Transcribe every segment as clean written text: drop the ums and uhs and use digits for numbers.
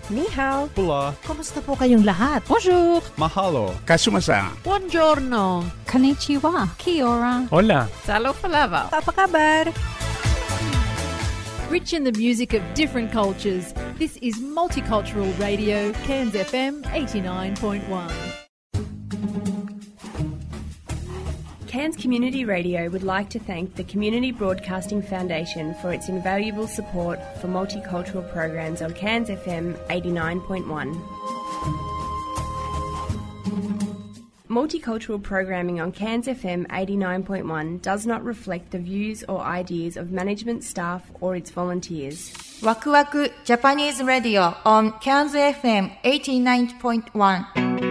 Ni hao. Hola. Kumusta po kayong lahat? Bonjour. Mahalo. Kasumasa. Buongiorno. Konnichiwa. Kia ora. Hola. Salo palava. Apa kabar? Rich in the music of different cultures, this is Multicultural Radio, Cairns FM 89.1. Cairns Community Radio would like to thank the Community Broadcasting Foundation for its invaluable support for multicultural programs on Cairns FM 89.1. Multicultural programming on Cairns FM 89.1 does not reflect the views or ideas of management staff or its volunteers. Waku Waku Japanese Radio on Cairns FM 89.1.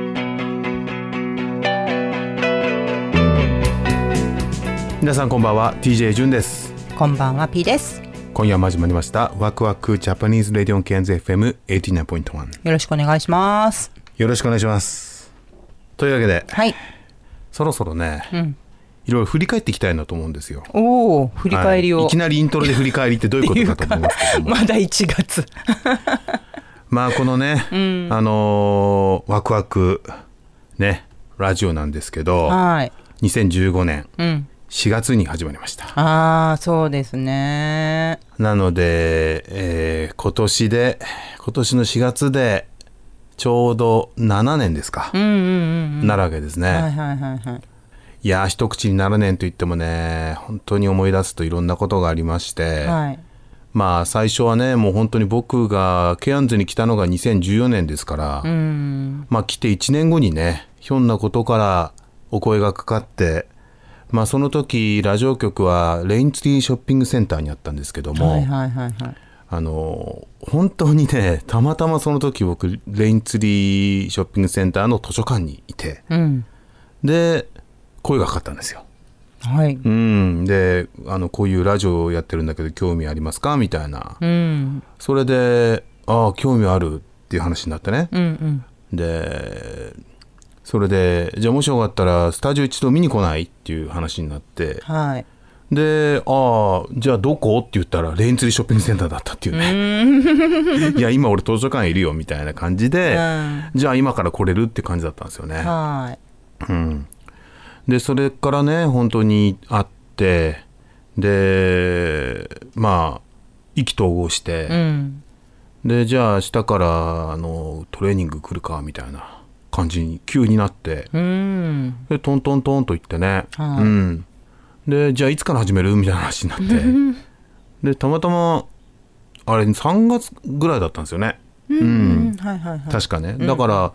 皆さんこんばんは、 DJ ジュンです。 こんばんは、P です。 今夜も始まりましたワクワクジャパニーズレディオンケアンズ FM 89.1。 よろしくお願いします。 よろしくお願いします。というわけで、 はい、 そろそろね、いろいろ振り返っていきたいなと思うんですよ。 おー、振り返りを、 いきなりイントロで振り返りってどういうことかと思いますけどもまだ1月まあこのね、ワクワクねラジオなんですけど、 はい、2015 年、4月に始まりました。 ああ、そうですね。 なので、今年の4月でちょうど7年ですか、なるわけですね。 はいはいはいはい。 いや一口に7年といってもね、本当に思い出すといろんなことがありまして、 はい、 まあ最初はね、もう本当に僕がケアンズに来たのが2014年ですから、まあ来て1年後にね、ひょんなことからお声がかかって、まあその時ラジオ局はレインツリーショッピングセンターにあったんですけども、 はいはいはいはい、 本当にね、たまたまその時僕レインツリーショッピングセンターの図書館にいて、で声がかかったんですよ。 はい、 でこういうラジオをやってるんだけど興味ありますかみたいな、それで興味あるっていう話になってね、でそれでじゃあもしよかったらスタジオ一度見に来ないっていう話になって、 はい、 でじゃあどこって言ったらレインツリーショッピングセンターだったっていうねいや今俺図書館いるよみたいな感じで、じゃあ今から来れるって感じだったんですよね。 はい、 でそれからね本当に会って、でまあ意気投合して、でじゃあ明日からトレーニング来るかみたいな感じに急になって、でトントントンと言ってね、でじゃあいつから始めるみたいな話になってでたまたまあれ3月ぐらいだったんですよね。確かね。だから、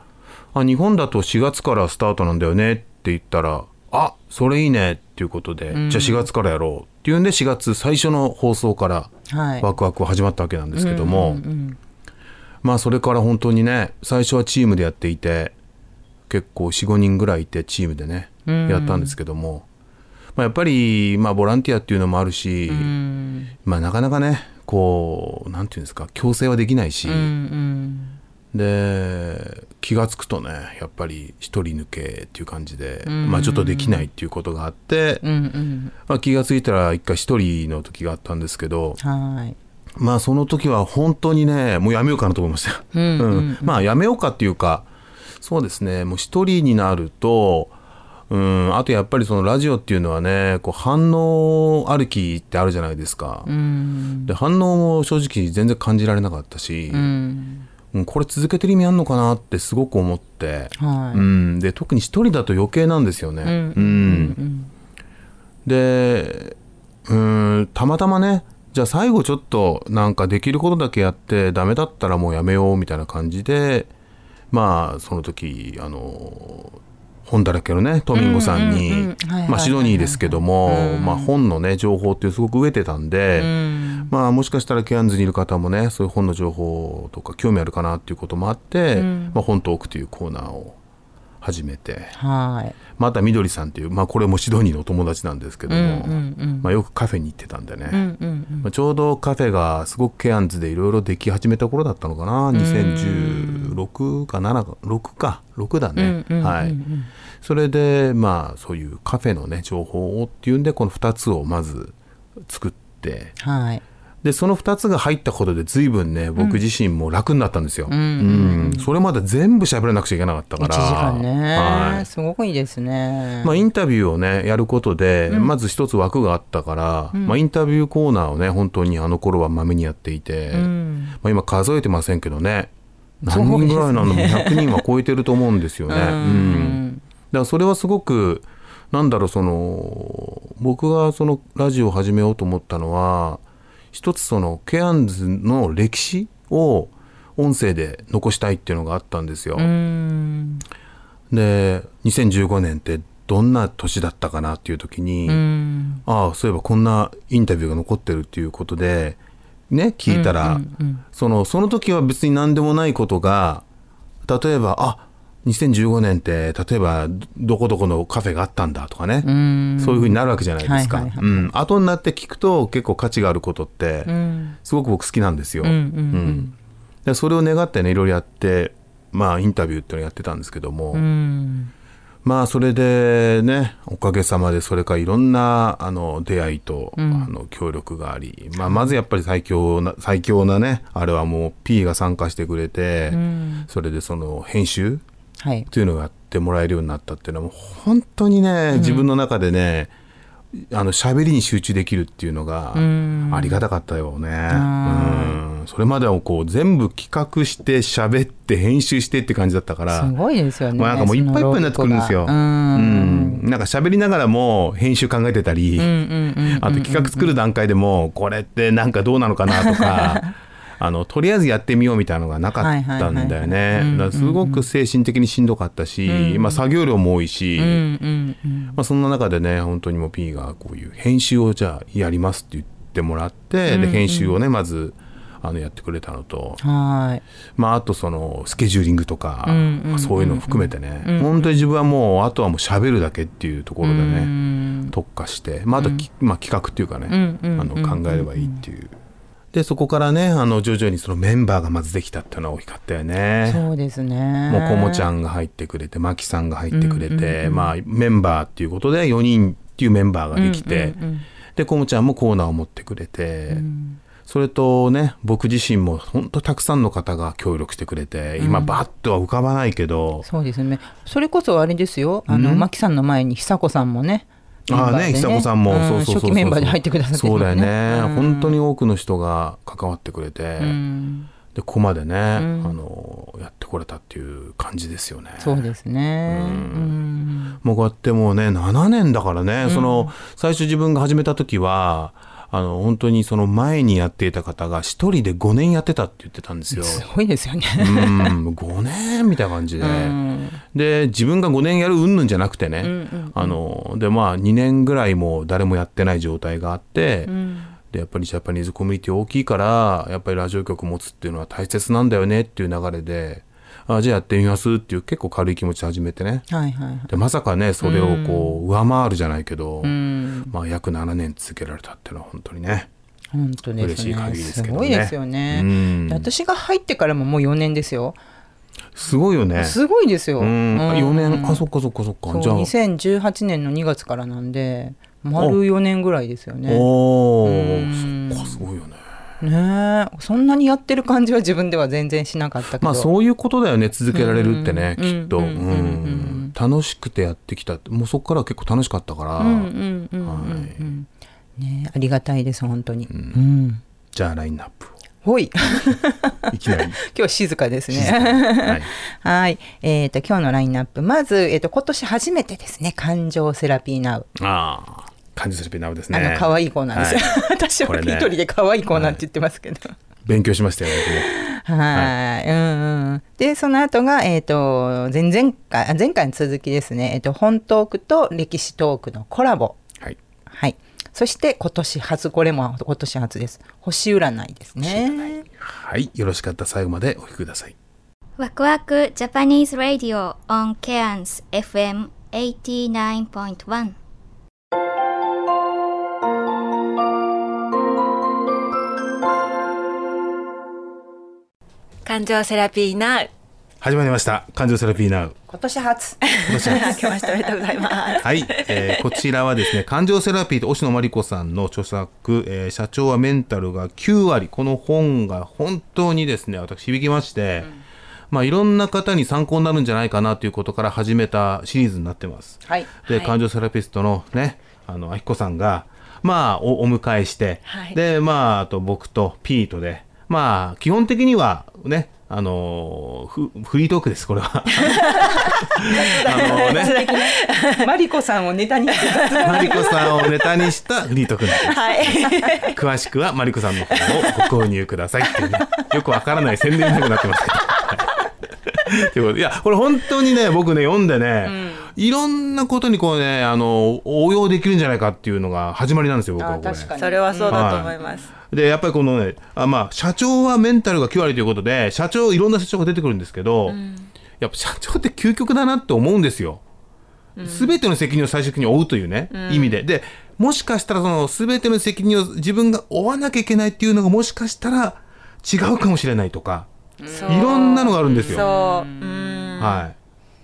日本だと4月からスタートなんだよねって言ったら、それいいねっていうことで、じゃあ4月からやろうっていうんで4月最初の放送からワクワクは始まったわけなんですけども、まあそれから本当にね、最初はチームでやっていて結構 4,5 人ぐらいいてチームでね、やったんですけども、やっぱりボランティアっていうのもあるし、なかなかねこうなんていうんですか、強制はできないし、で気がつくとねやっぱり一人抜けっていう感じで、ちょっとできないっていうことがあって、気がついたら一回一人の時があったんですけど、その時は本当にねもうやめようかなと思いましたよ。やめようかっていうか、そうですね、もう一人になるとあとやっぱりそのラジオっていうのはね、こう反応歩きってあるじゃないですか。で反応も正直全然感じられなかったし、これ続けてる意味あんのかなってすごく思って、で特に一人だと余計なんですよね。でたまたまね、じゃあ最後ちょっとなんかできることだけやってダメだったらもうやめようみたいな感じで、その時本だらけのねトミンゴさんにシドニーですけども、本のね情報っていうすごく飢えてたんで、もしかしたらケアンズにいる方もねそういう本の情報とか興味あるかなっていうこともあって、本トークというコーナーを始めて、またみどりさんっていう、これもシドニーのお友達なんですけども、よくカフェに行ってたんでね、ちょうどカフェがすごくケアンズでいろいろでき始めた頃だったのかな、2016か6だね。それでそういうカフェのね情報をっていうんでこの2つをまず作って、 でその2つが入ったことで随分ね僕自身も楽になったんですよ、それまで全部喋らなくちゃいけなかったから 1時間ね、 はい、 すごくいいですね。 インタビューをねやることで、まず一つ枠があったから、インタビューコーナーをね本当にあの頃はまめにやっていて、今数えてませんけどね何人ぐらいなの、100人は超えてると思うんですよね、だからそれはすごくなんだろう、その僕がそのラジオを始めようと思ったのは一つそのケアンズの歴史を音声で残したいっていうのがあったんですよ。で2015年ってどんな年だったかなっていう時に、そういえばこんなインタビューが残ってるっていうことでね聞いたら、その時は別に何でもないことが例えば2015年って例えばどこどこのカフェがあったんだとかね、そういう風になるわけじゃないですか、後になって聞くと結構価値があることって、すごく僕好きなんですよ、でそれを願ってねいろいろやって、インタビューっていうのをやってたんですけども、それでねおかげさまでそれからいろんな出会いと、協力があり、まずやっぱり最強なねあれはもう P が参加してくれて、それでその編集というのをやってもらえるようになったっていうのはもう本当にね、自分の中でね喋りに集中できるっていうのがありがたかったよね、それまではこう全部企画して喋って編集してって感じだったからすごいですよね。 なんかもういっぱいいっぱいになってくるんですよ。なんか喋りながらも編集考えてたり、あと企画作る段階でもこれってなんかどうなのかなとかとりあえずやってみようみたいなのがなかったんだよね。だからすごく精神的にしんどかったし、作業量も多いし、そんな中でね本当にもう P がこういう編集をじゃあやりますって言ってもらって、で編集をねまずやってくれたのと、あとそのスケジューリングとか、そういうのを含めてね、本当に自分はもうあとはもう喋るだけっていうところでね、特化して、あと企画っていうかね、考えればいいっていう。でそこからね徐々にそのメンバーがまずできたっていうのは大きかったよね。 そうですね。 もうこもちゃんが入ってくれてマキさんが入ってくれて、メンバーっていうことで4人っていうメンバーができて、でこもちゃんもコーナーを持ってくれて、それとね僕自身も本当たくさんの方が協力してくれて、今バッとは浮かばないけど、 そうですね。それこそあれですよ、マキさんの前に久子さんもね久子さんも初期メンバーで入ってくださってる、 そうだよね、本当に多くの人が関わってくれて、でここまでね、やってこれたっていう感じですよね。 そうですね、 もうこうやってもうね7年だからね、その最初自分が始めた時は本当にその前にやっていた方が一人で5年やってたって言ってたんですよ。 すごいですよね。 5年みたいな感じで、で自分が5年やる云々じゃなくてね、で2年ぐらいも誰もやってない状態があって、でやっぱりジャパニーズコミュニティ大きいからやっぱりラジオ局持つっていうのは大切なんだよねっていう流れで、じゃあやってみますっていう結構軽い気持ちで始めてね、でまさかねそれをこう上回るじゃないけど、約7年続けられたっていうのは本当にね、 本当ですね、 嬉しい限りですけどね。 すごいですよね、私が入ってからももう4年ですよ。 すごいよね。 すごいですよ、 4年、そっかじゃあ 2018年の2月からなんで丸4年ぐらいですよね。 そっか、すごいよね。 そんなにやってる感じは自分では全然しなかったけど、 そういうことだよね、続けられるってね、きっと楽しくてやってきた。もうそこから結構楽しかったから、 ありがたいです本当に、 じゃあラインナップをほいいきなり今日は静かですね。はい、今日のラインナップ、まず、今年初めてですね、感情セラピーナウ。 感情セラピーナウですね。 可愛いコーナーです、私は一人で可愛いコーナーって言ってますけど、 勉強しましたよね。でその後が、前回の続きですね、本トークと歴史トークのコラボ。そしてこれも今年初です、星占いですね。 よろしかったら最後までお聞きください。 ワクワクジャパニーズラディオ on Cairns FM 89.1。 感情セラピーナウ。 始まりました感情セラピーナウ今年初今年初来ましたおめでとうございますはい、こちらはですね感情セラピーと押野真理子さんの著作、社長はメンタルが9割この本が本当にですね私響きまして、いろんな方に参考になるんじゃないかなということから始めたシリーズになってます、はい、で、感情セラピストのねあきこさんがお迎えして、はい、であと僕とピートで基本的にはねフリートークですこれはマリコさんをネタにしてマリコさんをネタにしたフリートークになってます、はい、詳しくはマリコさんの方をご購入くださいっていうねよくわからない宣伝になってますけどということでいやこれ本当にね僕ね読んでね、いろんなことにこうね応用できるんじゃないかっていうのが始まりなんですよ僕はこれ。 確かにそれはそうだと思います、 でやっぱりこのね社長はメンタルが9割ということでいろんな社長が出てくるんですけど、やっぱ社長って究極だなって思うんですよ、全ての責任を最終的に負うというね、意味でもしかしたらその全ての責任を自分が負わなきゃいけないっていうのがもしかしたら違うかもしれないとか、いろんなのがあるんですよ。はい、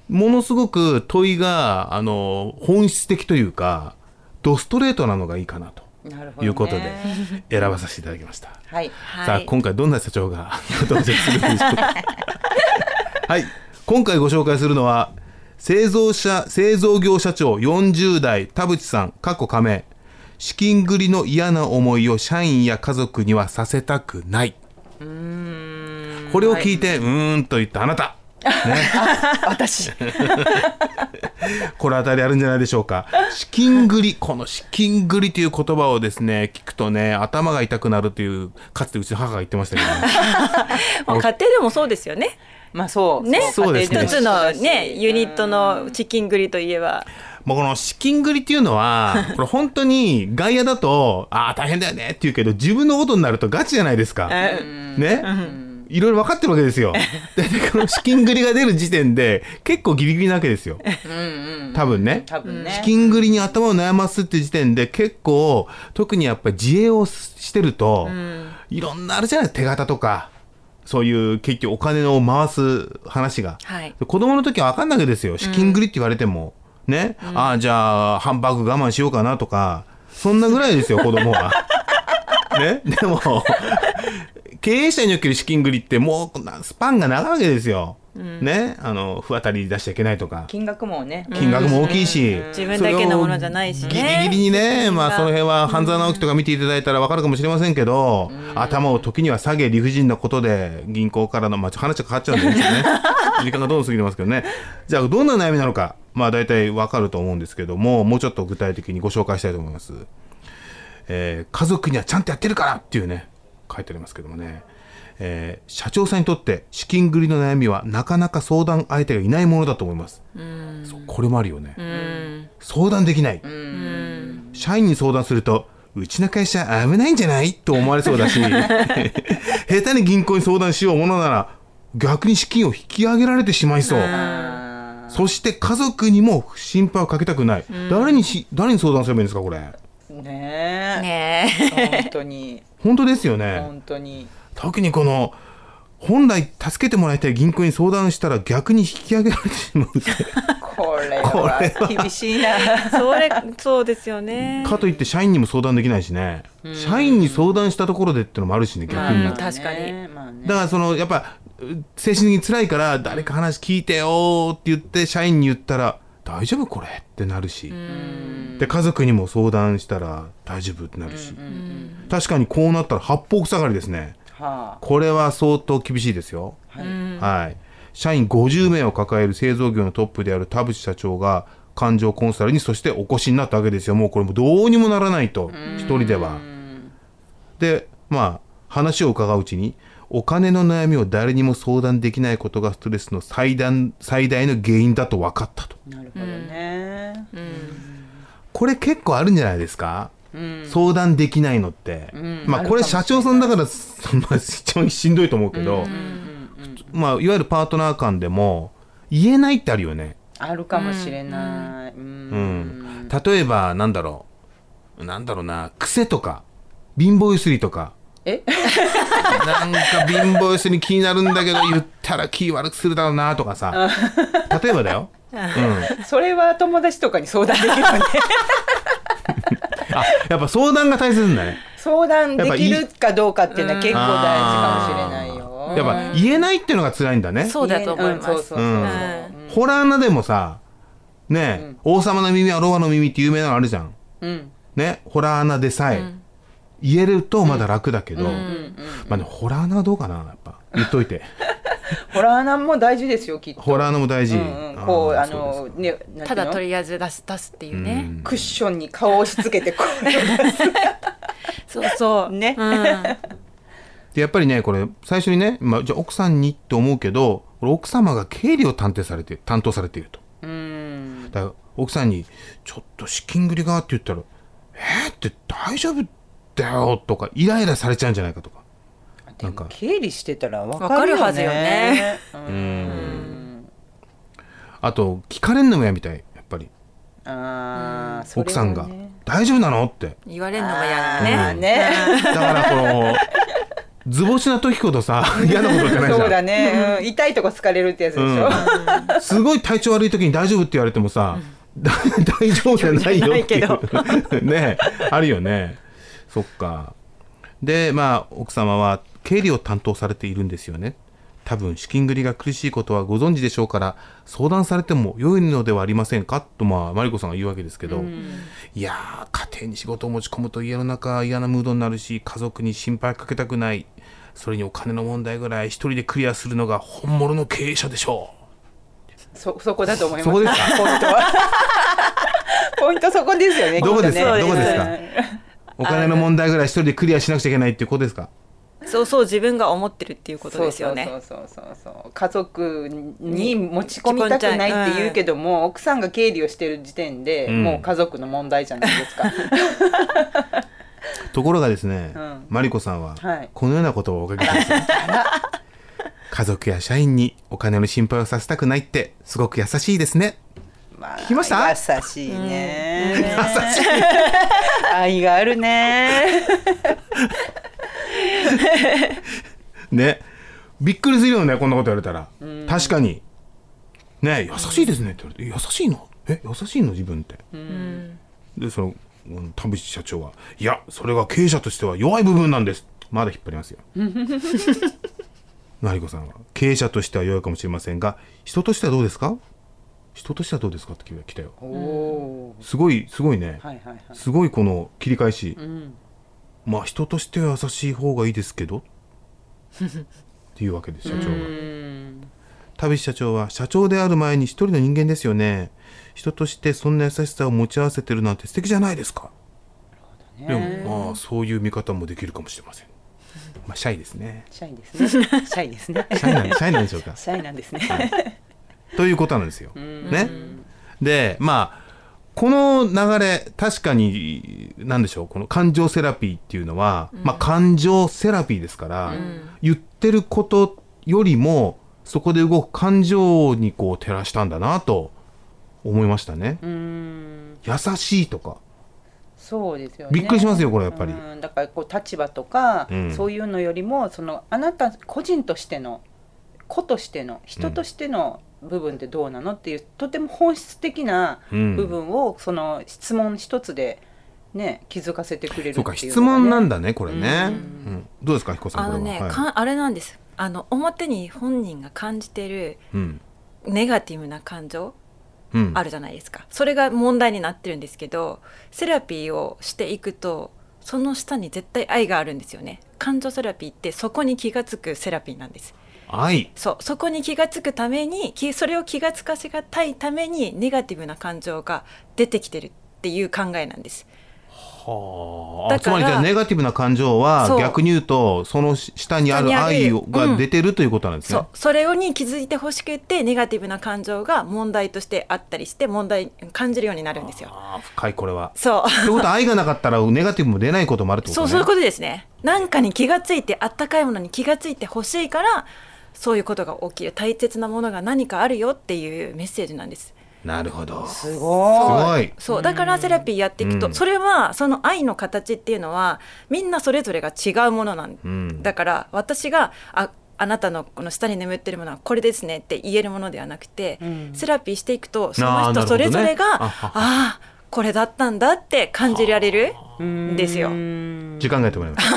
ものすごく問いが本質的というかドストレートなのがいいかなということで選ばさせていただきました、はい、さあ今回どんな社長が登場するでしょうかはい、今回ご紹介するのは製造業社長40代田淵さん加盟資金繰りの嫌な思いを社員や家族にはさせたくない。これを聞いて、と言ったあなたね、 私これあたりあるんじゃないでしょうか。資金繰りこの資金繰りという言葉をですね聞くとね頭が痛くなるというかつてうちの母が言ってましたけど、 家庭でもそうですよね。 そうですね。 一つのねユニットの資金繰りといえばもうこの資金繰りっていうのはこれ本当に外野だと大変だよねって言うけど自分のことになるとガチじゃないですか、ね、いろいろ分かってるわけですよ。でこの資金繰りが出る時点で結構ギリギリなわけですよ多分ね。資金繰りに頭を悩ますって時点で結構特にやっぱり自営をしてると、いろんなあるじゃないですか。手形とかそういう結局お金を回す話が、子供の時は分かんないわけですよ。資金繰りって言われてもね、じゃあハンバーグ我慢しようかなとかそんなぐらいですよ子供はね。でも経営者における資金繰りってもうスパンが長いわけですよ、ね、不当たり出しちゃいけないとか金額も大きいし、 自分だけのものじゃないしね。 ギリギリにね、その辺は半沢直樹とか見ていただいたら分かるかもしれませんけど、頭を時には下げ理不尽なことで銀行からの、話が変わっちゃうんですよね時間がどんどん過ぎてますけどね。じゃあどんな悩みなのか大体分かると思うんですけども、もうちょっと具体的にご紹介したいと思います。家族にはちゃんとやってるからっていうね書いてありますけどもね、社長さんにとって資金繰りの悩みはなかなか相談相手がいないものだと思います。そうこれもあるよね。相談できない。社員に相談するとうちの会社危ないんじゃないと思われそうだし下手に銀行に相談しようものなら逆に資金を引き上げられてしまいそう。そして家族にも心配をかけたくない。誰に相談すればいいんですかこれ。 ねえ本当ですよね。 本当に特にこの本来助けてもらいたい銀行に相談したら逆に引き上げられてしまうってこれは厳しいなそうですよね。 かといって社員にも相談できないしね、社員に相談したところでってのもあるしね逆に、 確かに、 だからやっぱ精神的に辛いから誰か話聞いてよって言って社員に言ったら大丈夫これってなるし、で家族にも相談したら大丈夫ってなるし、確かにこうなったら八方塞がりですね。これは相当厳しいですよ。はい、社員50名を抱える製造業のトップである田淵社長が感情コンサルにそしてお越しになったわけですよ。もうこれもどうにもならないと一人では。で話を伺ううちにお金の悩みを誰にも相談できないことがストレスの最大の原因だと分かったと。 なるほどね。 これ結構あるんじゃないですか、相談できないのって、これ社長さんだから非常にしんどいと思うけど、いわゆるパートナー間でも言えないってあるよね。 あるかもしれない。 例えばなんだろうな癖とか貧乏ゆすりとかなんか貧乏ゆすり気になるんだけど言ったら気悪くするだろうなとかさ、例えばだよ、 それは友達とかに相談できるねあ、やっぱ相談が大切なんだね。 相談できるかどうかっていうのは結構大事かもしれないよ。 やっぱ言えないっていうのが辛いんだね。 そうだと思います。 ホラー穴でもさね、王様の耳はロバの耳って有名なのあるじゃん、ね、ホラー穴でさえ言えるとまだ楽だけど、まあね、ホラー穴はどうかな、やっぱ言っといてホラー穴も大事ですよ、きっと。 ホラー穴も大事、 こうね、 ただとりあえず出すっていうね、 クッションに顔を押し付けてこうそうそうね、 でやっぱりね、これ最初にね、じゃあ奥さんにって思うけど、これ奥様が経理を担当されていると。だから奥さんにちょっと資金繰りがって言ったらって大丈夫だよとかイライラされちゃうんじゃないかとか。 なんか経理してたら分かるはずよね。 あと聞かれんのも嫌みたい、やっぱり。奥さんが大丈夫なのって言われるのが嫌だね。 だからこの図星な時ほどさ嫌なことじゃないじゃん。 そうだね、痛いとこ疲れるってやつでしょ、 すごい体調悪い時に大丈夫って言われてもさ、大丈夫じゃないよっていうね、あるよね。そっか。でまあ奥様は経理を担当されているんですよね。多分資金繰りが苦しいことはご存知でしょうから、相談されても良いのではありませんかと、マリコさんが言うわけですけど、いや家庭に仕事を持ち込むと家の中嫌なムードになるし、家族に心配かけたくない、それにお金の問題ぐらい一人でクリアするのが本物の経営者でしょう。そこだと思います。 そこですかポイントはポイントそこですよね。 どこですか、どこですか。お金の問題ぐらい一人でクリアしなくちゃいけないっていうことですか。 そうそう、自分が思ってるっていうことですよね。 そう家族に持ち込みたくないって言うけども、奥さんが経理をしてる時点で、もう家族の問題じゃないですかところがですね、マリコさんはこのようなことをおかけください。家族や社員にお金の心配をさせたくないってすごく優しいですね。聞きました？ 優しいね、優しい愛があるねね、びっくりするよね、こんなこと言われたら。確かにね、優しいですねって言われて、優しいの？優しいの自分って。でその田淵社長は、いやそれは経営者としては弱い部分なんです。まだ引っ張りますよマリコさんは経営者としては弱いかもしれませんが、人としてはどうですか？人としてはどうですかって来たよ。すごいね、すごいこの切り返し、まあ人としては優しい方がいいですけどっていうわけです社長は。田淵社長は、社長である前に一人の人間ですよね。人としてそんな優しさを持ち合わせてるなんて素敵じゃないですか。でもまあそういう見方もできるかもしれません。まあシャイですね。 シャイですね。シャイですね。 シャイなんでしょうか。 シャイなんですね。 ということなんですよ。ね。でまあこの流れ、確かに何でしょう、この感情セラピーっていうのは、感情セラピーですから、言ってることよりもそこで動く感情にこう照らしたんだなと思いましたね。優しいとか。 そうですよね。 びっくりしますよこれやっぱり。 だからこう立場とか、そういうのよりも、そのあなた個人としての、子としての、人としての部分ってどうなのっていう、とても本質的な部分を、その質問一つでね、気づかせてくれるっていうのがね。 そうか、質問なんだねこれね。どうですか彦さん。これはあれなんです。表に本人が感じてるネガティブな感情あるじゃないですか。それが問題になってるんですけど、セラピーをしていくとその下に絶対愛があるんですよね。感情セラピーってそこに気がつくセラピーなんです。 愛。 そこに気がつくために、それを気がつかせがたいためにネガティブな感情が出てきてるっていう考えなんです。 つまりじゃあネガティブな感情は逆に言うとその下にある愛が出てるということなんですね。 それに気づいてほしくて、ネガティブな感情が問題としてあったりして問題感じるようになるんですよ。 深いこれは。 そうということは愛がなかったらネガティブも出ないこともあるってことね。 そういうことですね。なんかに気がついて、あったかいものに気がついてほしいからそういうことが起きる。大切なものが何かあるよっていうメッセージなんです。 なるほど。 すごい。 そうだからセラピーやっていくと、それはその愛の形っていうのはみんなそれぞれが違うものなんだから、私があなたのこの下に眠ってるものはこれですねって言えるものではなくて、セラピーしていくとその人それぞれがこれだったんだって感じられるんですよ。 時間がやってもらいます、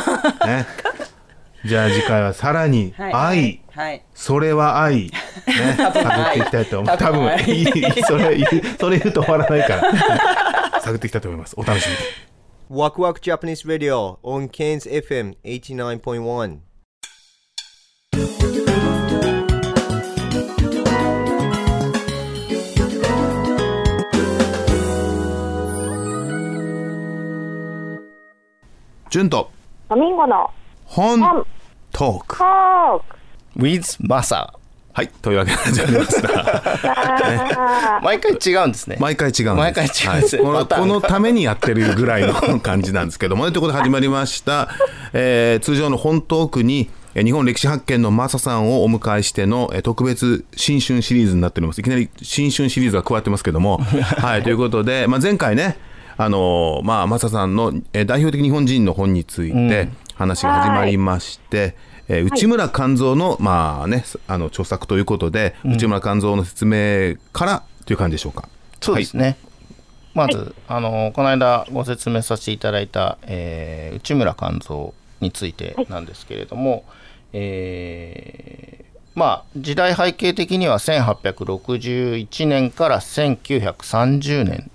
ね、じゃあ次回はさらに愛、それは愛、ね、探っていきたいと思う。多分それ言うと終わらないから探っていきたいと思います。お楽しみに。 ワクワク Japanese Radio on Cairns FM 89.1。 純とドミンゴの本トーク with マサ。 はい、というわけで始まりました、 毎回違うんですね。 毎回違うんです、 はい、 このためにやってるぐらいの感じなんですけどもねということで始まりました、通常の本トークに日本歴史発見のマサさんをお迎えしての特別新春シリーズになっております。いきなり新春シリーズが加わってますけどもはいということで、前回ねマサさんの代表的日本人の本について話が始まりまして、内村勘三の、著作ということで、内村勘三の説明からという感じでしょうか。 そうですね、まず、この間ご説明させていただいた、内村勘三についてなんですけれども、時代背景的には1861年から1930年、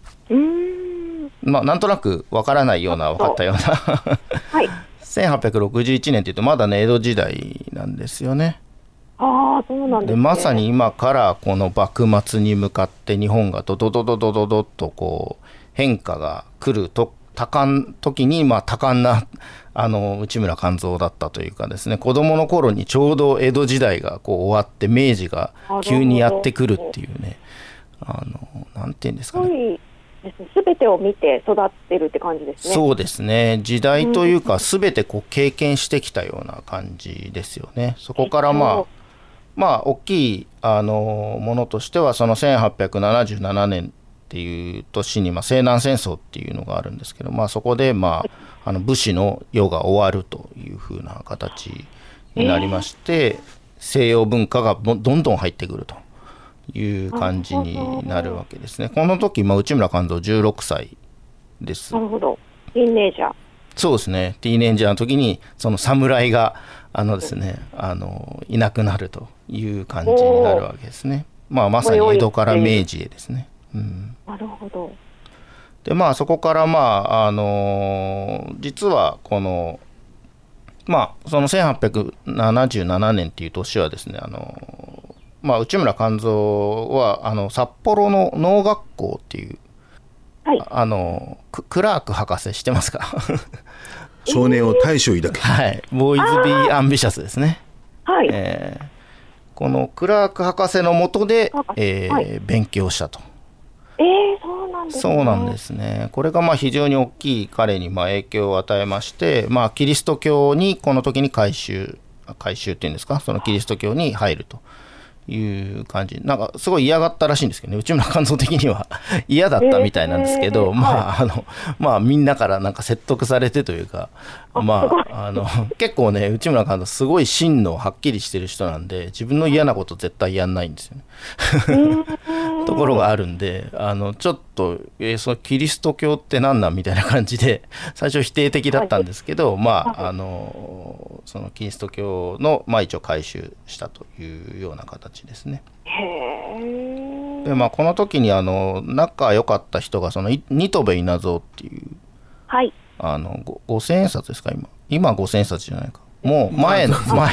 なんとなく分からないような分かったようなはい、1861年というとまだね江戸時代なんですよね。 そうなんですね。 でまさに今からこの幕末に向かって日本がドドドドドドドッとこう変化が来ると時に多感な内村勘三だったというかですね、子どもの頃にちょうど江戸時代がこう終わって明治が急にやってくるっていうね、なんていうんですかね、 すべてを見て育ってるって感じですね。 そうですね、時代というかすべてこう経験してきたような感じですよね。そこから大きいものとしてはその1877年っていう年に西南戦争っていうのがあるんですけど、そこで武士の世が終わるというふうな形になりまして、西洋文化がどんどん入ってくるという感じになるわけですね。この時、内村勘三16歳です。 なるほど、ティーンエイジャー。 そうですね、ティーンエイジャーの時にその侍がですね、いなくなるという感じになるわけですね。まさに江戸から明治へですね。 なるほど。 でそこから実はこのその1877年っていう年はですね、内村勘三は札幌の農学校っていう、クラーク博士知ってますか少年を大将抱け、 ボーイズ・ビー・アンビシャスですね。このクラーク博士の下で、勉強したと。 そうなんですね。 そうなんですね。これが非常に大きい彼に影響を与えまして、キリスト教にこの時に改宗っていうんですか、そのキリスト教に入るという感じ、なんかすごい嫌がったらしいんですけどね、内村勘三的には嫌だったみたいなんですけど、みんなからなんか説得されてというか、結構ね、内村勘三すごい芯のはっきりしてる人なんで、自分の嫌なこと絶対やんないんですよねところがあるんで、ちょっとそのキリスト教って何なんみたいな感じで最初否定的だったんですけど、そのキリスト教の一応改宗したというような形ですね。でこの時に仲良かった人がその新渡戸稲造っていう、五千円札ですか、今五千円札じゃないか、もう昔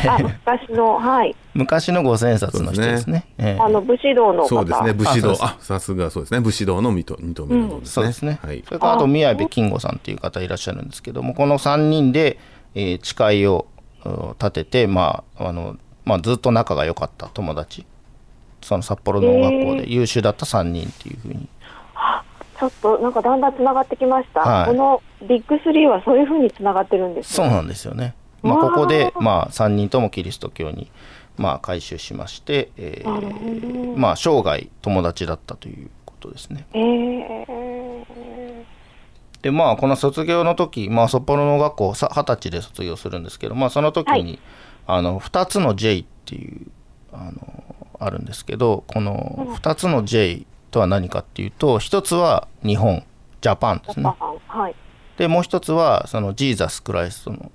の五千円札の人ですね。 武士道の方。 そうですね、武士道、さすがそうですね、武士道の新渡戸稲造ですね。 そうですね。それからあと宮部金吾さんっていう方いらっしゃるんですけども、この3人で誓いを立てて、ずっと仲が良かった友達、その札幌農学校で優秀だった3人っていうふうに、 ちょっとなんかだんだんつながってきました。このビッグ3はそういうふうにつながってるんですね。 そうなんですよね。 ここで、3人ともキリスト教に、改宗しまして、生涯友達だったということですね。でこの卒業の時、札幌の学校20歳で卒業するんですけど、その時に、2つの J っていうあるんですけど、この2つの J とは何かっていうと、一つは日本、ジャパンですね。でもう一つはそのジーザス・クライストの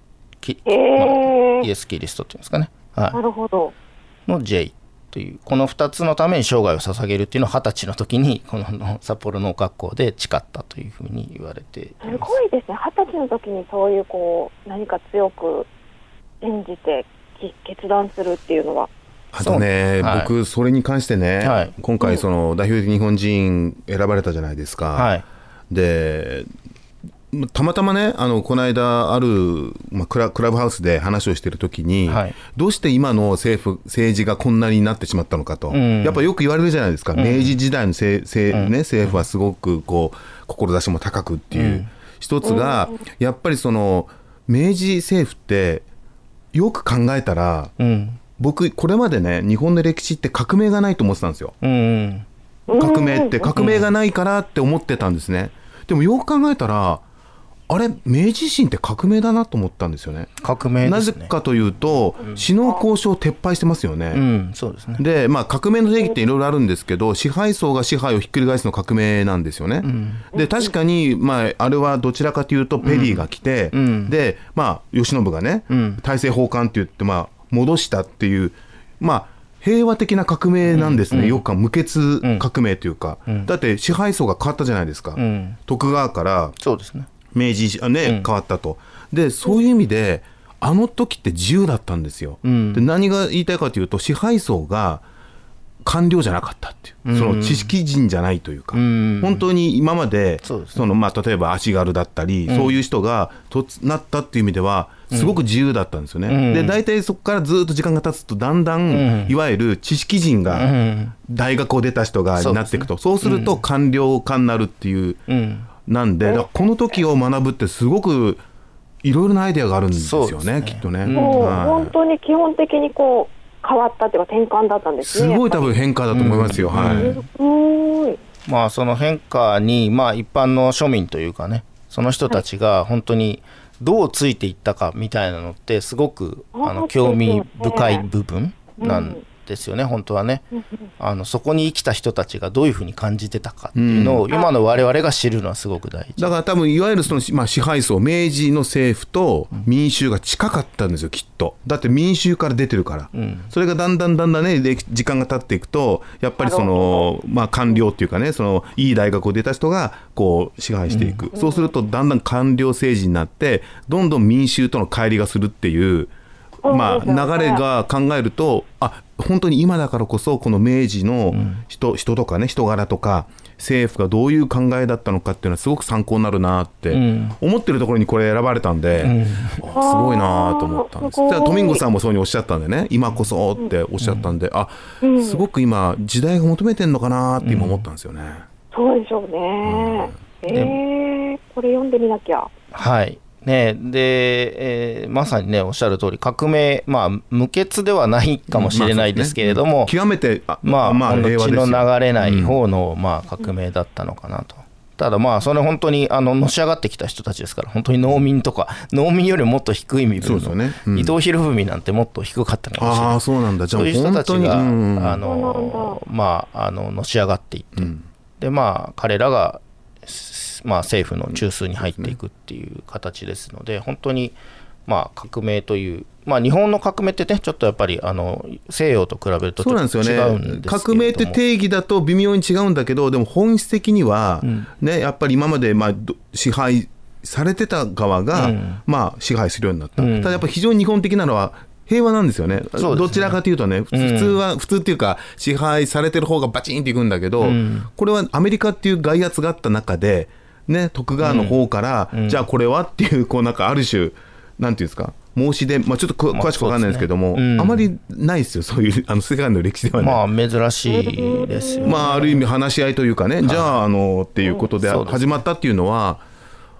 イエス・キリストっていうんですかね、なるほどの J という、この2つのために生涯を捧げるっていうのを20歳の時にこの札幌農学校で誓ったというふうに言われています。 すごいですね。20歳の時にそういう何か強く演じて決断するっていうのは。 あとね、僕それに関してね、今回その代表的日本人選ばれたじゃないですか。でたまたまね、この間ある、クラブハウスで話をしているときに、どうして今の政治がこんなになってしまったのかと、やっぱよく言われるじゃないですか。明治時代の政府はすごく志も高くっていう、一つがやっぱりその明治政府ってよく考えたら、僕これまでね、日本の歴史って革命がないと思ってたんですよ。革命がないからって思ってたんですね。でもよく考えたら、あれ明治維新って革命だなと思ったんですよね。 革命ですね。 なぜかというと、死の交渉を撤廃してますよね。 そうですね。 で、革命の定義っていろいろあるんですけど、支配層が支配をひっくり返すの革命なんですよね。で確かに、あれはどちらかというとペリーが来て、で慶喜がね、大政奉還って言って戻したっていう、平和的な革命なんですね。よく無血革命というか、だって支配層が変わったじゃないですか。徳川からそうですね、 明治変わったと。でそういう意味であの時って自由だったんですよ。で何が言いたいかというと、支配層が官僚じゃなかったっていう、その知識人じゃないというか、本当に今まで例えば足軽だったり、そういう人がなったっていう意味ではすごく自由だったんですよね。で大体そこからずっと時間が経つと、だんだんいわゆる知識人が大学を出た人がになっていくと、そうすると官僚化になるっていう、なんでこの時を学ぶってすごくいろいろなアイデアがあるんですよね、きっとね。 本当に基本的に変わったっていうか転換だったんですね。 すごい多分変化だと思いますよ。 その変化に、一般の庶民というかね、その人たちが本当にどうついていったかみたいなのってすごく興味深い部分なんですよね、本当はね。そこに生きた人たちがどういうふうに感じてたかっていうのを、今の我々が知るのはすごく大事だから、多分いわゆるその、支配層、明治の政府と民衆が近かったんですよ、きっと。だって民衆から出てるから、それがだんだんね、時間が経っていくと、やっぱりその、官僚っていうかね、そのいい大学を出た人が支配していく、そうするとだんだん官僚政治になって、どんどん民衆との乖離がするっていう、流れが考えると、本当に今だからこそこの明治の人とかね、人柄とか政府がどういう考えだったのかっていうのはすごく参考になるなって思ってるところにこれ選ばれたんで、すごいなと思ったんです。トミンゴさんもそうにおっしゃったんでね、今こそっておっしゃったんで、すごく今時代が求めてんのかなって今思ったんですよね。 そうでしょうね。これ読んでみなきゃ。 はいね、でまさにね、おっしゃる通り革命、無血ではないかもしれないですけれども、 極めて血の流れない方の革命だったのかなと。ただそれ本当にのし上がってきた人たちですから、本当に農民とか、農民よりもっと低い身分の、伊藤博文なんてもっと低かったかもしれない。 そうなんだ。じゃあそういう人たちがのし上がっていって、で彼らが政府の中枢に入っていくっていう形ですので、本当に革命という、日本の革命ってね、ちょっとやっぱり西洋と比べるとちょっと違うんですけれども、 革命って定義だと微妙に違うんだけど、でも本質的には、やっぱり今まで支配されてた側が、支配するようになった。ただやっぱり非常に日本的なのは平和なんですよね。どちらかというとね、普通っていうか支配されてる方がバチンっていくんだけど、これはアメリカっていう外圧があった中でね、徳川の方から、じゃあこれはっていう、なんかある種なんていうんですか、申し出、ちょっと詳しく分かんないですけども、あまりないですよ、そういう世界の歴史ではね。 珍しいですよね。 ある意味話し合いというかね、じゃあっていうことで始まったっていうのは、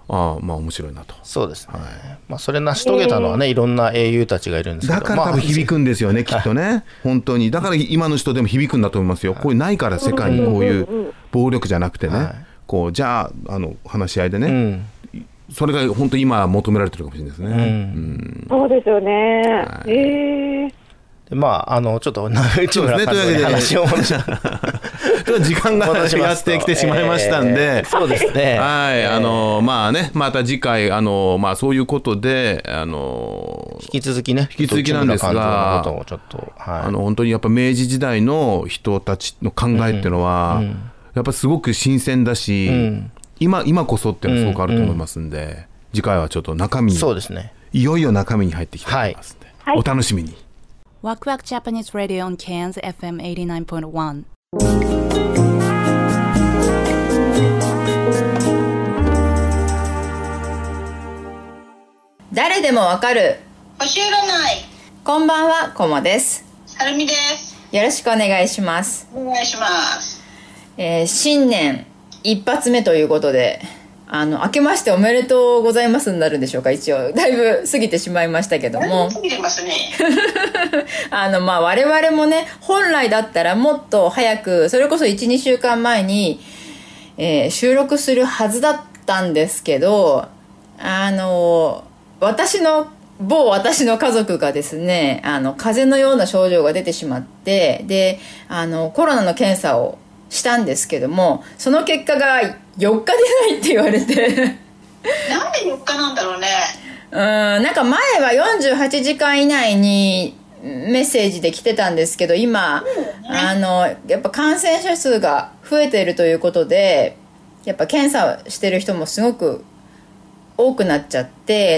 まあ面白いなと。 そうですね、まあ、それ成し遂げたのはね、いろんな英雄たちがいるんですけど、 だから多分響くんですよね、きっとね本当に。だから今の人でも響くんだと思いますよ。こういうないから世界にこういう暴力じゃなくてね、こうじゃあ話し合いでね、それが本当に今求められてるかもしれないですね。 そうですよね。 でまあちょっと内村監督に話を戻し時間がやってきてしまいましたんで、 そうですね、 まあね、また次回まあそういうことで引き続きね、 引き続きなんですが、 ちょっと、 本当にやっぱ明治時代の人たちの考えっていうのは、やっぱすごく新鮮だし、今こそっていうのがすごくあると思いますんで、次回はちょっと中身に、 そうですね、 いよいよ中身に入ってきていますんで、お楽しみに。 ワクワク Japanese Radio on Cairns FM 89.1。 誰でもわかる星占い。 こんばんは、こもです。 はるみです。 よろしくお願いします。 お願いします。 新年一発目ということで、明けましておめでとうございますになるんでしょうか。一応だいぶ過ぎてしまいましたけども、 過ぎてますねまあ我々もね、本来だったらもっと早く、それこそ 1,2 週間前に、収録するはずだったんですけど、私の家族がですね、風邪のような症状が出てしまって、でコロナの検査をしたんですけども、その結果が4日出ないって言われてなんで4日なんだろうね。 なんか前は48時間以内にメッセージで来てたんですけど、今、やっぱ感染者数が増えているということで、やっぱ検査してる人もすごく多くなっちゃって、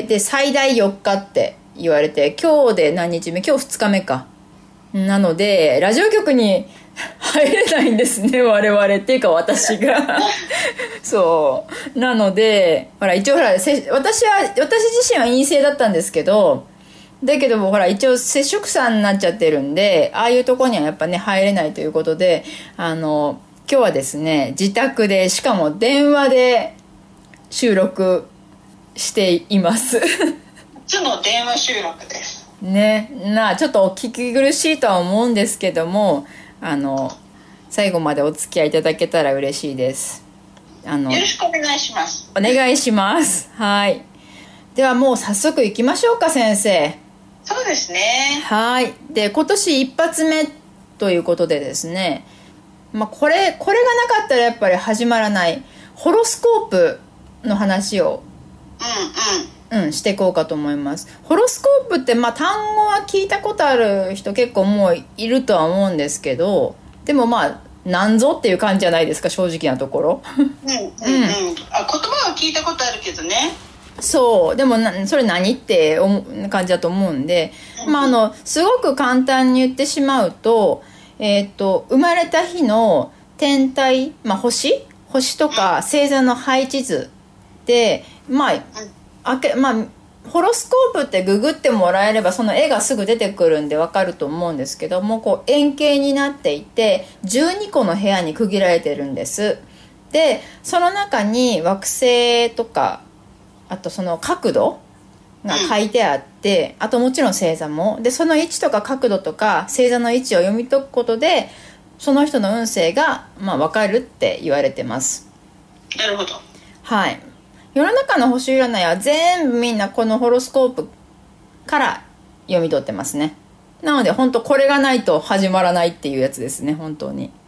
で最大4日って言われて、今日で何日目？今日2日目か。なのでラジオ局に入れないんですね、我々っていうか私がそうなので、ほら一応私自身は陰性だったんですけど、だけどもほら一応接触者になっちゃってるんで、ああいうとこにはやっぱね入れないということで、今日はですね、自宅で、しかも電話で収録しています初の電話収録ですね。ちょっとお聞き苦しいとは思うんですけども、最後までお付き合いいただけたら嬉しいです。 よろしくお願いします。 お願いします。はい。ではもう早速行きましょうか、先生。 そうですね。 はい。で、今年一発目ということでですね、まあこれがなかったらやっぱり始まらないホロスコープの話をしていこうかと思います。ホロスコープってまあ単語は聞いたことある人結構もういるとは思うんですけど、でもまあなんぞっていう感じじゃないですか、正直なところ言葉は聞いたことあるけどね。 そう、でもそれ何って感じだと思うんで、まあすごく簡単に言ってしまうと、生まれた日の天体、まあ星とか星座の配置図で、まあホロスコープってググってもらえればその絵がすぐ出てくるんでわかると思うんですけども、こう円形になっていて12個の部屋に区切られてるんです。でその中に惑星とか、あとその角度が書いてあって、あともちろん星座もで、その位置とか角度とか星座の位置を読み解くことでその人の運勢が分かるって言われてます。 なるほど。 はい。世の中の星占いは全部みんなこのホロスコープから読み取ってますね。なので本当これがないと始まらないっていうやつですね、本当に。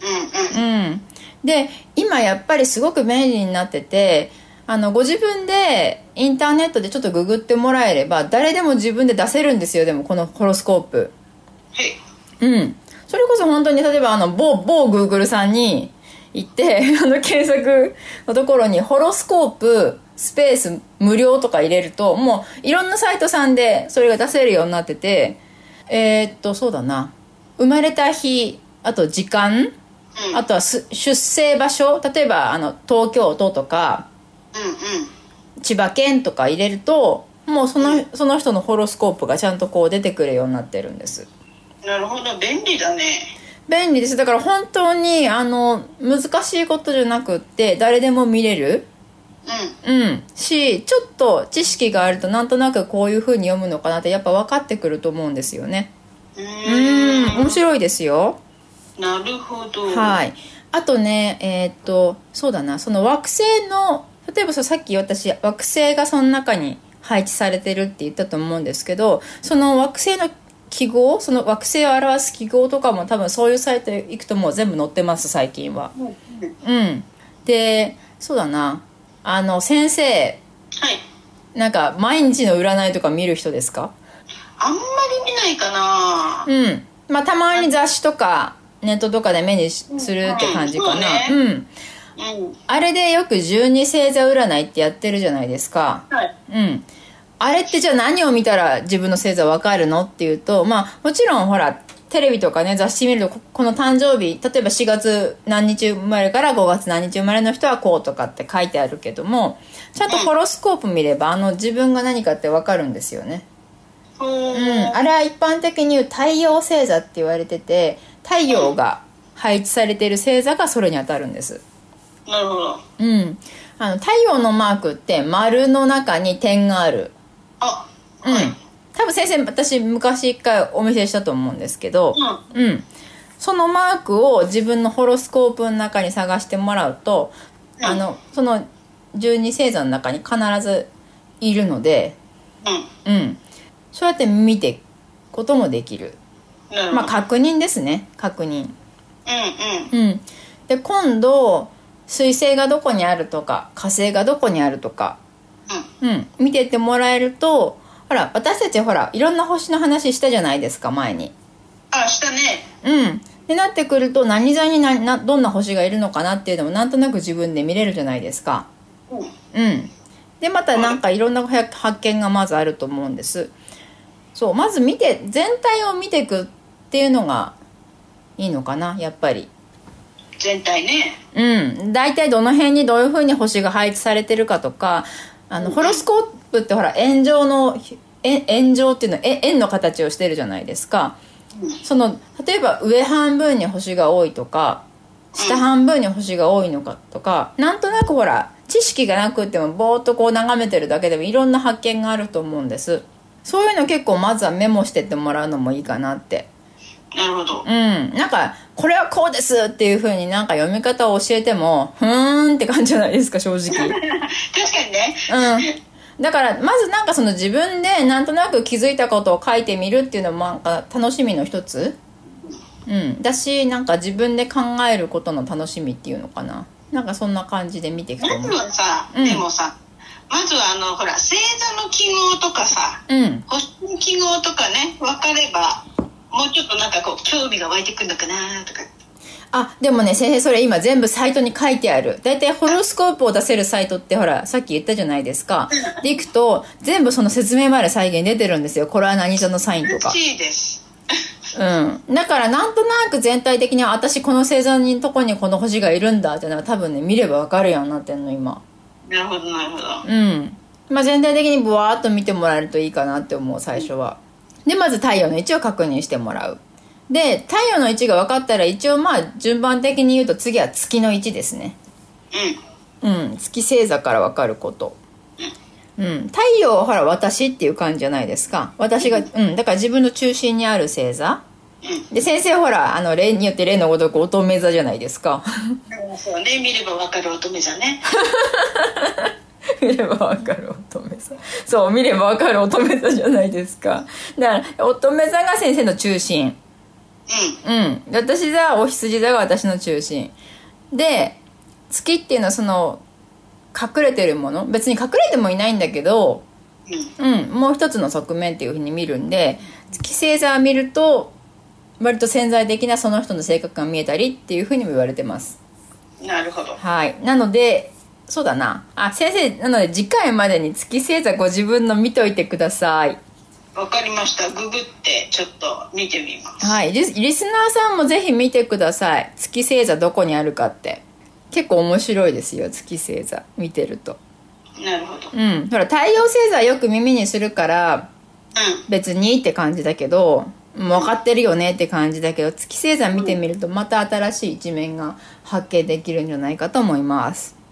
で今やっぱりすごく便利になってて、ご自分でインターネットでちょっとググってもらえれば誰でも自分で出せるんですよ。でもこのホロスコープ、それこそ本当に例えば某 Google さんに行って検索のところにホロスコープスペース無料とか入れると、もういろんなサイトさんでそれが出せるようになってて、そうだな、生まれた日、あと時間、あとは出生場所、例えば東京都とか、千葉県とか入れるともうその人のホロスコープがちゃんとこう出てくるようになってるんです。 なるほど、便利だね。 便利です。だから本当に難しいことじゃなくって誰でも見れるし、ちょっと知識があるとなんとなくこういう風に読むのかなってやっぱ分かってくると思うんですよね。面白いですよ。 なるほど。 はい。あとね、そうだな、その惑星の、例えばさっき私惑星がその中に配置されてるって言ったと思うんですけど、その惑星の記号、その惑星を表す記号とかも多分そういうサイト行くともう全部載ってます、最近は。で、そうだな、先生、なんか毎日の占いとか見る人ですか？ あんまり見ないかな。 まあたまに雑誌とかネットとかで目にするって感じかな。あれでよく12星座占いってやってるじゃないですか。あれってじゃあ何を見たら自分の星座わかるのっていうと、まあもちろんほらテレビとかね雑誌見るとこの誕生日、例えば4月何日生まれから5月何日生まれの人はこうとかって書いてあるけども、ちゃんとホロスコープ見れば自分が何かってわかるんですよね。あれは一般的に言う太陽星座って言われてて、太陽が配置されている星座がそれに当たるんです。 なるほど。 太陽のマークって丸の中に点がある。多分先生、私昔一回お見せしたと思うんですけど、そのマークを自分のホロスコープの中に探してもらうと、その12星座の中に必ずいるので、そうやって見ていくこともできる。まあ確認ですね、確認。で今度水星がどこにあるとか火星がどこにあるとか、見てってもらえると、ほら私たちほらいろんな星の話したじゃないですか、前に。 したね。 でなってくると何座にどんな星がいるのかなっていうのもなんとなく自分で見れるじゃないですか。でまたなんかいろんな発見がまずあると思うんです。そうまず全体を見ていくっていうのがいいのかな、やっぱり。 全体ね。 大体どの辺にどういう風に星が配置されてるかとか、ホロスコープってほら円状っていうのは円の形をしてるじゃないですか。例えば上半分に星が多いとか下半分に星が多いのかとか、なんとなくほら知識がなくってもぼーっとこう眺めてるだけでもいろんな発見があると思うんです。そういうの結構まずはメモしてってもらうのもいいかなって。 なるほど。 なんかこれはこうですっていう風になんか読み方を教えてもって感じじゃないですか、正直。 確かにね。 だからまずなんかその自分でなんとなく気づいたことを書いてみるっていうのもなんか楽しみの一つ、だし、なんか自分で考えることの楽しみっていうのかな、なんかそんな感じで見ていくと思う。 まずはさ、でもさ、まずはほら星座の記号とかさ、星の記号とかね分かればもうちょっとなんかこう興味が湧いてくるのかなとか。 でもね先生、それ今全部サイトに書いてある。だいたいホロスコープを出せるサイトってほらさっき言ったじゃないですか。で行くと全部その説明まで再現出てるんですよ。これは何座のサインとか。 嬉しいです。 だからなんとなく全体的に私この星座のとこにこの星がいるんだってのは多分ね見ればわかるようになってんの今。 なるほどなるほど。 まあ全体的にブワーっと見てもらえるといいかなって思う、最初は。でまず太陽の位置を確認してもらう。で太陽の位置が分かったら一応まあ順番的に言うと次は月の位置ですね。月星座から分かること。太陽はほら私っていう感じじゃないですか。私がだから自分の中心にある星座で、先生ほら例によって例のごとく乙女座じゃないですか。 そうね、見れば分かる乙女座ね。 見れば分かる乙女座。そう、見れば分かる乙女座じゃないですか。だから乙女座が先生の中心。私座お羊座が私の中心で、月っていうのはその隠れてるもの、別に隠れてもいないんだけど、もう一つの側面っていう風に見るんで、月星座を見ると割と潜在的なその人の性格が見えたりっていう風にも言われてます。 なるほど。 はい。なのでそうだな、先生、なので次回までに月星座ご自分の見といてください。 わかりました。ググってちょっと見てみます。 はい。リスナーさんもぜひ見てください。月星座どこにあるかって結構面白いですよ、月星座見てると。 なるほど。 ほら太陽星座よく耳にするから、別にって感じだけど、もう分かってるよねって感じだけど、月星座見てみるとまた新しい一面が発見できるんじゃないかと思います。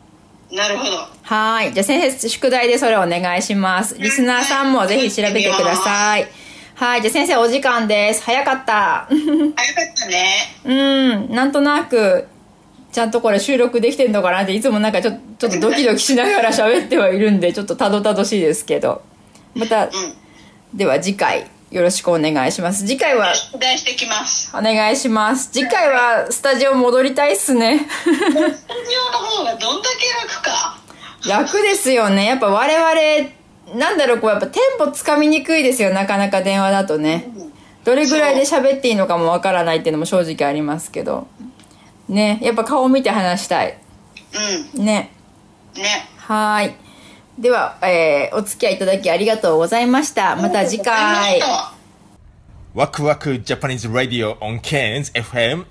なるほど。 はい。じゃあ先生、宿題でそれお願いします。リスナーさんもぜひ調べてください。はい。じゃあ先生、お時間です。早かった。 早かったね。 なんとなく、ちゃんとこれ収録できてんのかなって、いつもなんかちょっとドキドキしながら喋ってはいるんで、ちょっとたどたどしいですけど。また、では次回、よろしくお願いします。次回は出題してきます。 お願いします。次回はスタジオ戻りたいっすね。 スタジオの方がどんだけ楽か。 楽ですよね。やっぱ我々なんだろう、こうやっぱテンポつかみにくいですよ、なかなか電話だとね。どれぐらいで喋っていいのかもわからないっていうのも正直ありますけどね。やっぱ顔見て話したい。ね。はい。では、お付き合いいただきありがとうございました。また次回。 ワクワクジャパニーズラディオ on Cairns FM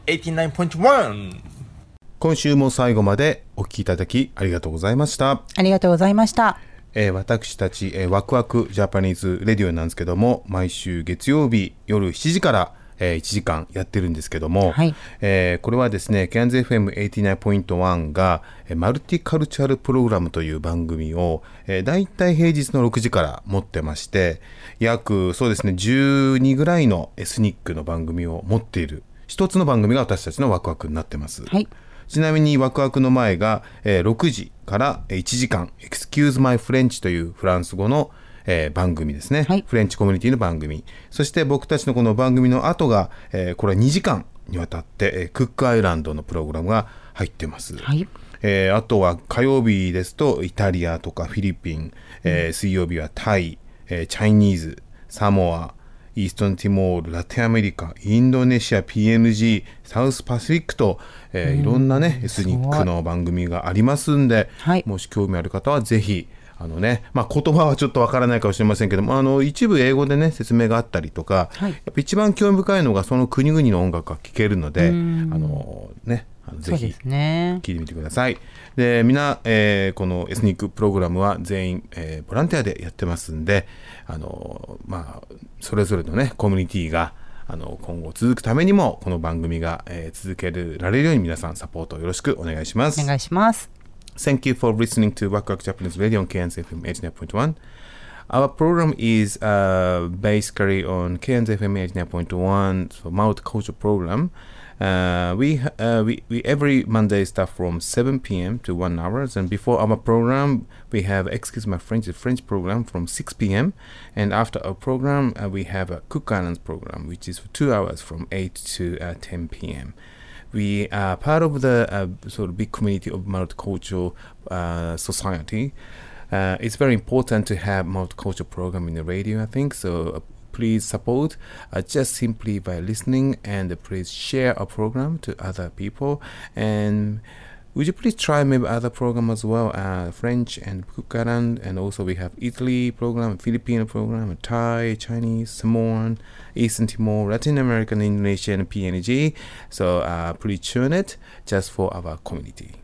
89.1。 今週も最後までお聞きいただきありがとうございました。 ありがとうございました。 私たち、ワクワクジャパニーズレディオなんですけども、毎週月曜日夜7時から、1時間やってるんですけども、はい、これはですね、Cairns FM 89.1 がマルティカルチャルプログラムという番組を、だいたい平日の6時から持ってまして、約そうですね12ぐらいのエスニックの番組を持っている一つの番組が私たちのワクワクになってます。はい、ちなみにワクワクの前が、6時から1時間 Excuse My French というフランス語の番組ですね、はい、フレンチコミュニティの番組。そして僕たちのこの番組の後が、これは2時間にわたって、クックアイランドのプログラムが入ってます。はい、あとは火曜日ですとイタリアとかフィリピン、水曜日はタイ、チャイニーズ、サモア、イーストンティモール、ラテンアメリカ、インドネシア、PNG、サウスパシフィックと、いろんなねエスニックの番組がありますんで、はい、もし興味ある方はぜひ言葉はちょっとわからないかもしれませんけども、一部英語でね説明があったりとか、はい、やっぱ一番興味深いのがその国々の音楽が聴けるので、ぜひ聴いてみてください。でみんな、このエスニックプログラムは全員、ボランティアでやってますんで、それぞれのねコミュニティが今後続くためにもこの番組が、続けられるように皆さんサポートよろしくお願いします。 お願いします。 Thank you for listening to Waku Waku Japanese Radio on Cairns FM 89.1. Our program is basically on Cairns FM 89.1 for multicultural program. We every Monday start from 7 p.m. to 1 hour. And before our program, we have Excuse My French, the French program from 6 p.m. And after our program, we have a Cook Islands program, which is for 2 hours from 8 to 10 p.m. We are part of the sort of big community of multicultural society. It's very important to have multicultural program in the radio, I think. So please support just simply by listening, and please share our program to other people. And would you please try maybe other program as well, French and Cook Island, and also we have Italy program, Filipino program, Thai, Chinese, Samoan, Eastern Timor, Latin American, Indonesian, PNG. So please tune it just for our community.